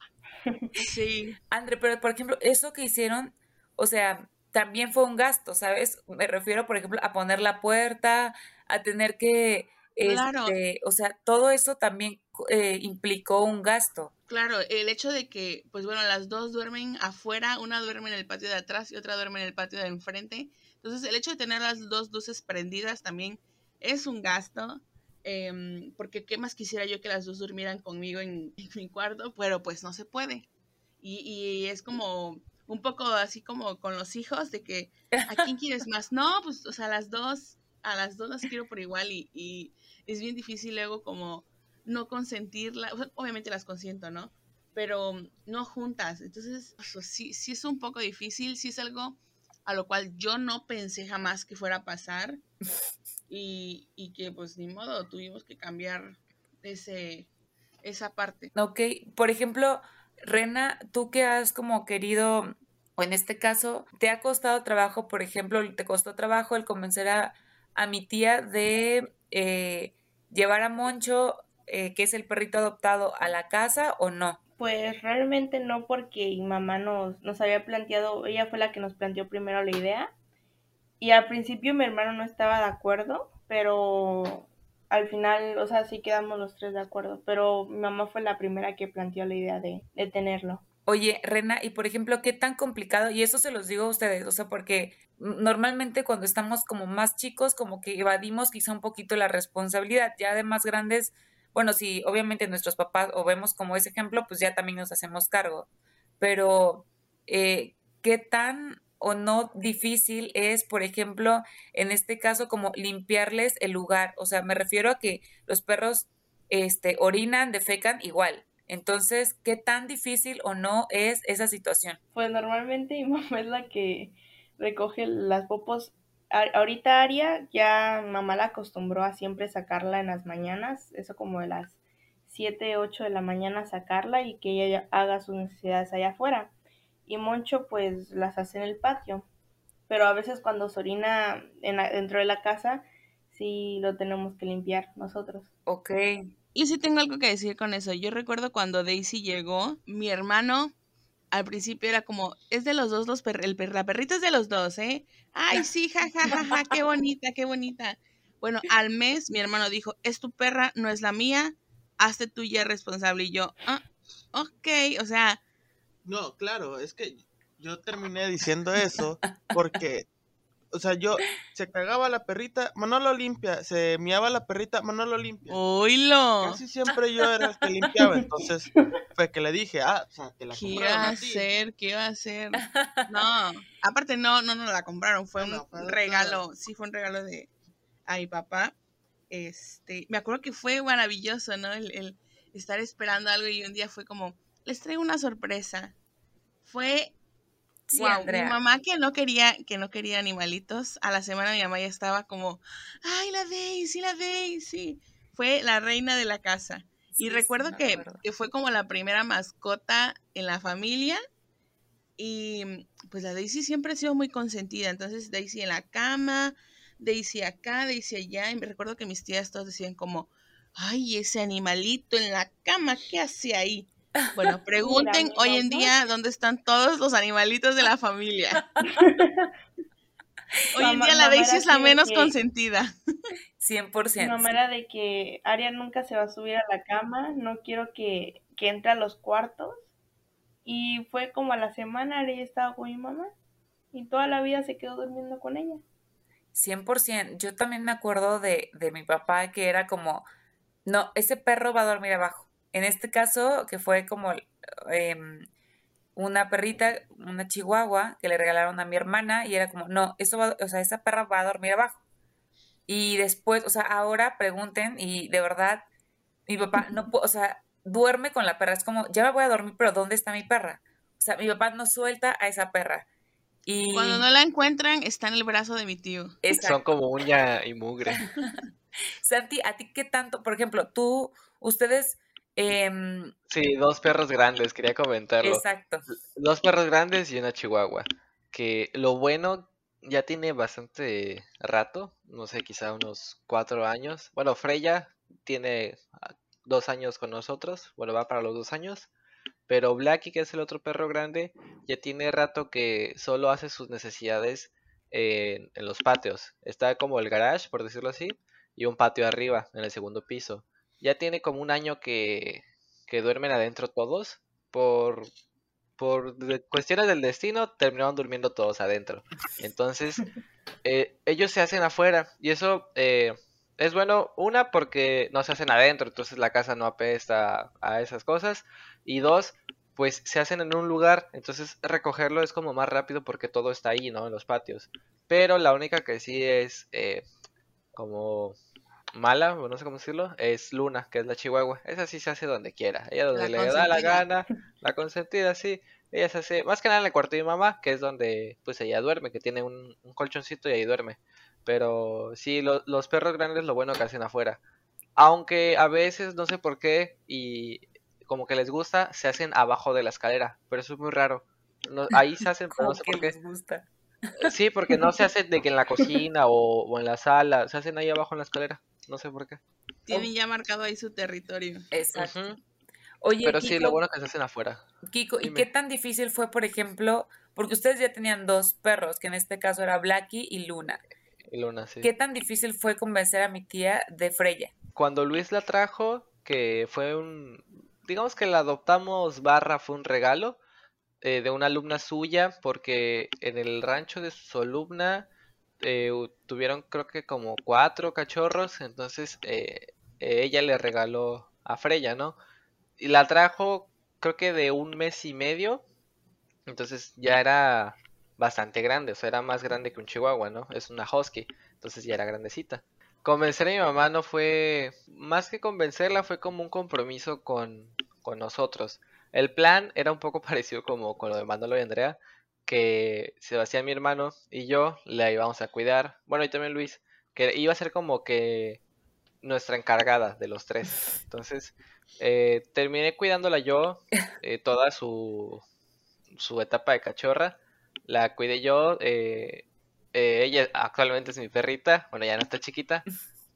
Sí, André, pero por ejemplo, eso que hicieron, o sea, también fue un gasto, ¿sabes? Me refiero, por ejemplo, a poner la puerta, a tener que, claro, o sea, todo eso también implicó un gasto. claro, el hecho de que, pues bueno, las dos duermen afuera, una duerme en el patio de atrás y otra duerme en el patio de enfrente. Entonces, el hecho de tener las dos luces prendidas también es un gasto, porque qué más quisiera yo que las dos durmieran conmigo en mi cuarto, pero pues no se puede. Y es como un poco así como con los hijos, de que, ¿a quién quieres más? No, pues, o sea, a las dos las quiero por igual y es bien difícil luego como no consentirla, o sea, obviamente las consiento, ¿no? Pero no juntas. Entonces, o sea, sí es un poco difícil, sí es algo a lo cual yo no pensé jamás que fuera a pasar y que pues ni modo, tuvimos que cambiar esa parte. Ok, por ejemplo, Rena, tú que has como querido, o en este caso, ¿te ha costado trabajo, por ejemplo, te costó trabajo el convencer a mi tía de llevar a Moncho, que es el perrito adoptado, a la casa o no? Pues realmente no, porque mi mamá nos había planteado, ella fue la que nos planteó primero la idea. Y al principio mi hermano no estaba de acuerdo, pero al final, o sea, sí quedamos los tres de acuerdo. Pero mi mamá fue la primera que planteó la idea de tenerlo. Oye, Rena, y por ejemplo, ¿qué tan complicado? Y eso se los digo a ustedes, o sea, porque normalmente cuando estamos como más chicos, como que evadimos quizá un poquito la responsabilidad, ya de más grandes, bueno, si obviamente nuestros papás o vemos como ese ejemplo, pues ya también nos hacemos cargo. Pero, ¿qué tan o no difícil es, por ejemplo, en este caso, como limpiarles el lugar? O sea, me refiero a que los perros, orinan, defecan igual. Entonces, ¿qué tan difícil o no es esa situación? Pues normalmente mi mamá es la que recoge las popos. Ahorita Aria ya mamá la acostumbró a siempre sacarla en las mañanas, eso como de las 7 8 de la mañana sacarla y que ella haga sus necesidades allá afuera. Y Moncho pues las hace en el patio. Pero a veces cuando se orina dentro de la casa, sí lo tenemos que limpiar nosotros. Ok. Y sí tengo algo que decir con eso. Yo recuerdo cuando Daisy llegó, mi hermano al principio era como, es de los dos, la perrita es de los dos, ¿eh? Ay, sí, ja, ja, ja, ja, qué bonita, qué bonita. Bueno, al mes mi hermano dijo, es tu perra, no es la mía, hazte tú ya responsable. Y yo, ok, o sea, No, claro, es que yo terminé diciendo eso porque, O sea, se cagaba la perrita, Manolo limpia, se miaba la perrita, Manolo limpia. ¡Oílo! Casi siempre yo era el que limpiaba, entonces fue que le dije, o sea, te la ¿Qué compraron iba a a ti. hacer? ¿Qué iba a hacer? No, aparte no la compraron, fue Bueno, un regalo, sí fue un regalo a mi papá. Me acuerdo que fue maravilloso, ¿no? El estar esperando algo y un día fue como, les traigo una sorpresa. Fue Sí, wow, mi Andrea. mamá que no quería animalitos, a la semana mi mamá ya estaba como, ay, la Daisy. Fue la reina de la casa. Y Sí, sí, recuerdo me que acuerdo. fue como la primera mascota en la familia. Y pues la Daisy siempre ha sido muy consentida. Entonces Daisy en la cama, Daisy acá, Daisy allá. Y me recuerdo que mis tías todas decían como, ay, ese animalito en la cama, ¿qué hace ahí? Bueno, Mira, pregunten mi hoy en mamá, día dónde están todos los animalitos de la familia. Hoy en día la mamá Daisy era es la así de menos que, consentida. 100%, mamá sí. era de que Aria nunca se va a subir a la cama, no quiero que entre a los cuartos. Y fue como a la semana, Aria ya estaba con mi mamá y toda la vida se quedó durmiendo con ella. 100%. Yo también me acuerdo de mi papá que era como, no, ese perro va a dormir abajo. En este caso, que fue como una perrita, una chihuahua, que le regalaron a mi hermana y era como, no, eso va, o sea, esa perra va a dormir abajo. Y después, o sea, ahora pregunten y de verdad, mi papá no puede, o sea, duerme con la perra. Es como, ya me voy a dormir, pero ¿dónde está mi perra? O sea, mi papá no suelta a esa perra. Cuando Y, no la encuentran, está en el brazo de mi tío. Son exacto. como uña y mugre. Santi, ¿a ti qué tanto? Por ejemplo, ustedes, em, Sí, dos perros grandes, quería comentarlo. exacto, Dos perros grandes y una chihuahua. Que lo bueno ya tiene bastante rato, no sé, quizá unos 4 años. Bueno, Freya tiene 2 años con nosotros, bueno, va para los 2 años. Pero Blacky, que es el otro perro grande, ya tiene rato que solo hace sus necesidades en los patios. Está como el garage, por decirlo así, y un patio arriba, en el segundo piso. Ya tiene como un año que duermen adentro todos. Por cuestiones del destino, terminaron durmiendo todos adentro. Entonces, ellos se hacen afuera. Y eso es bueno, una, porque no se hacen adentro, entonces la casa no apesta a esas cosas. Y dos, pues se hacen en un lugar, entonces recogerlo es como más rápido porque todo está ahí, ¿no? En los patios. Pero la única que sí es como mala, o no sé cómo decirlo, es Luna, que es la chihuahua. Esa sí se hace donde quiera. Ella donde La le da la consentida. gana, la consentida, sí. Ella se hace, más que nada en el cuarto de mi mamá, que es donde pues ella duerme, que tiene un colchoncito y ahí duerme. Pero sí, los perros grandes lo bueno que hacen afuera. Aunque a veces, no sé por qué, y como que les gusta, se hacen abajo de la escalera. Pero eso es muy raro. Ahí se hacen, pero no como sé que por qué. les gusta. Sí, porque no se hace de que en la cocina o en la sala, se hacen ahí abajo en la escalera. No sé por qué. Tienen ya marcado ahí su territorio. Exacto. Ujú. Oye, Pero sí, lo bueno que se hacen afuera. Kiko, ¿y qué Dime. tan difícil fue, por ejemplo, porque ustedes ya tenían dos perros, que en este caso era Blacky y Luna? Y Luna, sí. ¿Qué tan difícil fue convencer a mi tía de Freya? Cuando Luis la trajo, que fue digamos que la adoptamos barra, fue un regalo de una alumna suya, porque en el rancho de su alumna tuvieron creo que como 4 cachorros, entonces ella le regaló a Freya, ¿no? Y la trajo creo que de 1 mes y medio, entonces ya era bastante grande, o sea, era más grande que un chihuahua, ¿no? Es una husky, entonces ya era grandecita. Convencer a mi mamá no fue, más que convencerla, fue como un compromiso con nosotros. El plan era un poco parecido como con lo de Manolo y Andrea, que Sebastián, mi hermano, y yo la íbamos a cuidar, bueno, y también Luis, que iba a ser como que nuestra encargada de los tres. Entonces, terminé cuidándola yo toda su etapa de cachorra. La cuidé yo. Ella actualmente es mi perrita. Bueno, ya no está chiquita.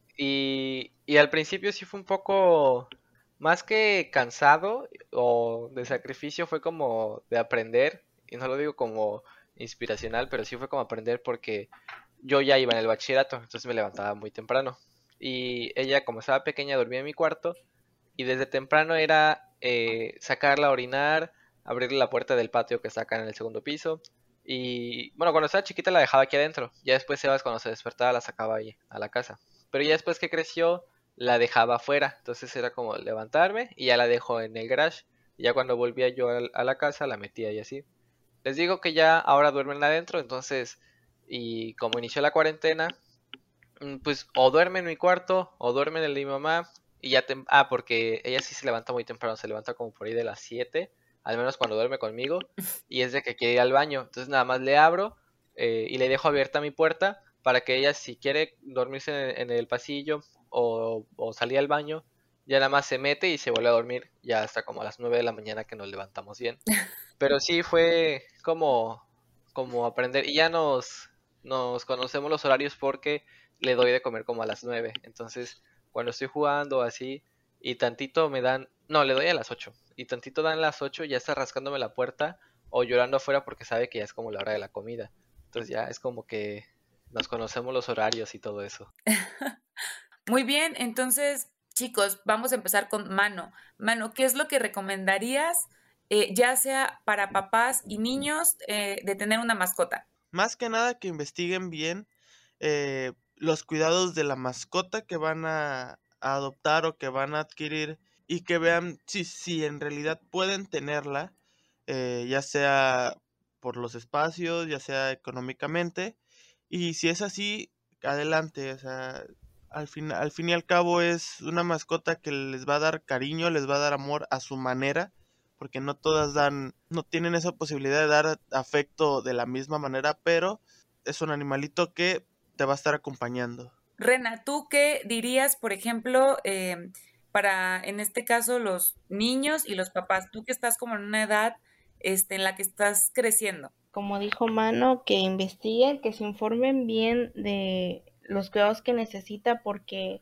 Y al principio sí fue un poco más que cansado o de sacrificio, fue como de aprender. Y no lo digo como inspiracional, pero sí fue como aprender porque yo ya iba en el bachillerato, entonces me levantaba muy temprano. Y ella, como estaba pequeña, dormía en mi cuarto. Y desde temprano era sacarla a orinar, abrirle la puerta del patio que está acá en el segundo piso Y bueno, cuando estaba chiquita la dejaba aquí adentro. Ya después Sebas cuando se despertaba la sacaba ahí a la casa. Pero ya después que creció la dejaba afuera. Entonces era como levantarme y ya la dejo en el garage. Y ya cuando volvía yo a la casa la metía y así. Les digo que ya ahora duermen adentro, entonces, y como inició la cuarentena, pues o duerme en mi cuarto o duerme en el de mi mamá. Y ya porque ella sí se levanta muy temprano, se levanta como por ahí de las 7, al menos cuando duerme conmigo, y es de que quiere ir al baño. Entonces nada más le abro y le dejo abierta mi puerta para que ella, si quiere dormirse en el pasillo o salir al baño, ya nada más se mete y se vuelve a dormir ya hasta como a las 9 de la mañana que nos levantamos bien. Pero sí fue como aprender. Y ya nos conocemos los horarios porque le doy de comer como a las 9. Entonces, cuando estoy jugando así y tantito me dan. No, le doy a las 8. Y tantito dan las 8, ya está rascándome la puerta o llorando afuera porque sabe que ya es como la hora de la comida. Entonces ya es como que nos conocemos los horarios y todo eso. Muy bien, entonces, chicos, vamos a empezar con Mano. Mano, ¿qué es lo que recomendarías, ya sea para papás y niños, de tener una mascota? Más que nada que investiguen bien los cuidados de la mascota que van a adoptar o que van a adquirir y que vean si en realidad pueden tenerla, ya sea por los espacios, ya sea económicamente. Y si es así, adelante. O sea, al fin y al cabo es una mascota que les va a dar cariño, les va a dar amor a su manera, porque no todas no tienen esa posibilidad de dar afecto de la misma manera, pero es un animalito que te va a estar acompañando. Rena, ¿tú qué dirías, por ejemplo, para, en este caso, los niños y los papás? Tú que estás como en una edad, en la que estás creciendo. Como dijo Mano, que investiguen, que se informen bien de los cuidados que necesita, porque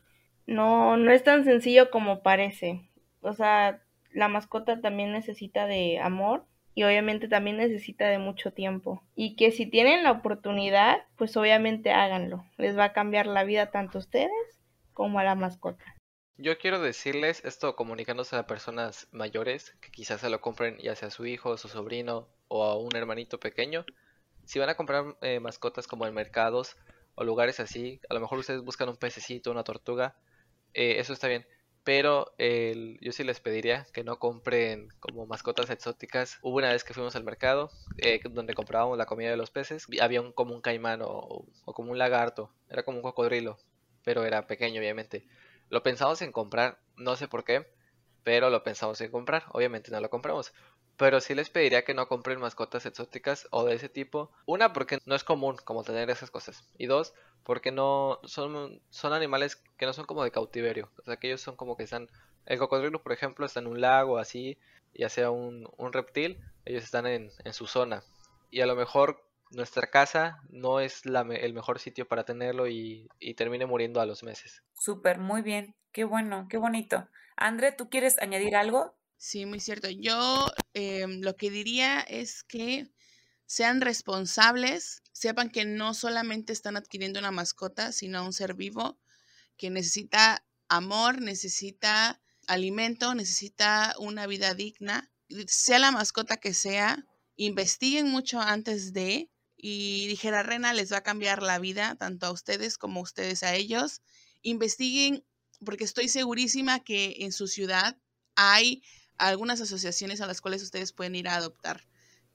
no es tan sencillo como parece. O sea, la mascota también necesita de amor y obviamente también necesita de mucho tiempo. Y que si tienen la oportunidad, pues obviamente háganlo. Les va a cambiar la vida tanto a ustedes como a la mascota. Yo quiero decirles esto comunicándose a personas mayores que quizás se lo compren ya sea a su hijo, su sobrino o a un hermanito pequeño. Si van a comprar mascotas como en mercados o lugares así, a lo mejor ustedes buscan un pececito, una tortuga, eso está bien. Pero yo sí les pediría que no compren como mascotas exóticas. Hubo una vez que fuimos al mercado donde comprábamos la comida de los peces. Había como un caimán o como un lagarto. Era como un cocodrilo, pero era pequeño obviamente. Lo pensamos en comprar, no sé por qué, pero lo pensamos en comprar. Obviamente no lo compramos. Pero sí les pediría que no compren mascotas exóticas o de ese tipo. Una, porque no es común como tener esas cosas. Y dos, porque no son animales que no son como de cautiverio. O sea, que ellos son como que están. El cocodrilo, por ejemplo, está en un lago así, ya sea un reptil, ellos están en su zona. Y a lo mejor nuestra casa no es el mejor sitio para tenerlo y termine muriendo a los meses. Súper, muy bien. Qué bueno, qué bonito. André, ¿tú quieres añadir algo? Sí, muy cierto. Yo lo que diría es que sean responsables, sepan que no solamente están adquiriendo una mascota, sino un ser vivo que necesita amor, necesita alimento, necesita una vida digna. Sea la mascota que sea, investiguen mucho antes de, y dijera Rena, les va a cambiar la vida, tanto a ustedes como ustedes a ellos. Investiguen, porque estoy segurísima que en su ciudad hay algunas asociaciones a las cuales ustedes pueden ir a adoptar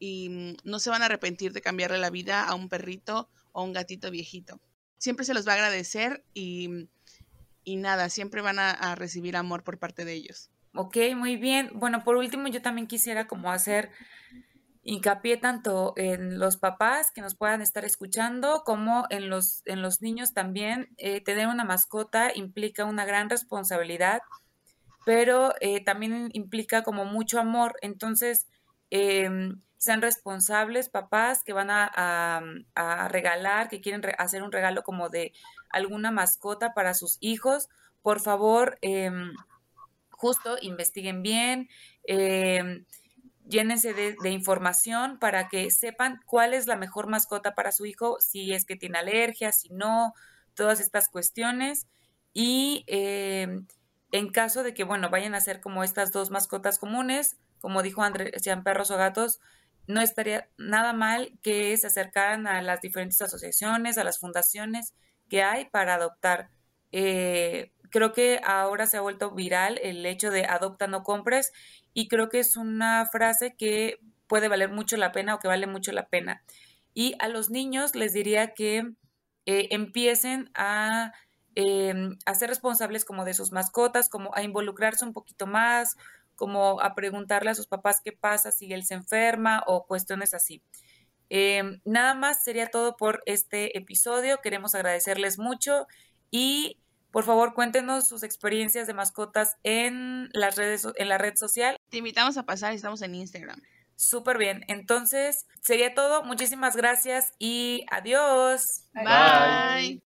y no se van a arrepentir de cambiarle la vida a un perrito o un gatito viejito. Siempre se los va a agradecer y nada, siempre van a recibir amor por parte de ellos. Ok, muy bien. Bueno, por último, yo también quisiera como hacer hincapié tanto en los papás que nos puedan estar escuchando como en los niños también. Tener una mascota implica una gran responsabilidad, pero también implica como mucho amor. Entonces, sean responsables, papás que van a regalar, que quieren hacer un regalo como de alguna mascota para sus hijos. Por favor, justo investiguen bien, llénense de información para que sepan cuál es la mejor mascota para su hijo, si es que tiene alergias, si no, todas estas cuestiones. Y en caso de que, bueno, vayan a ser como estas dos mascotas comunes, como dijo Andrés, sean perros o gatos, no estaría nada mal que se acercaran a las diferentes asociaciones, a las fundaciones que hay para adoptar. Creo que ahora se ha vuelto viral el hecho de adopta, no compres, y creo que es una frase que puede valer mucho la pena o que vale mucho la pena. Y a los niños les diría que empiecen a ser responsables como de sus mascotas, como a involucrarse un poquito más, como a preguntarle a sus papás qué pasa si él se enferma o cuestiones así. Nada más sería todo por este episodio. Queremos agradecerles mucho y por favor cuéntenos sus experiencias de mascotas en las redes, en la red social. Te invitamos a pasar, estamos en Instagram. Súper bien. Entonces, sería todo. Muchísimas gracias y adiós. Bye.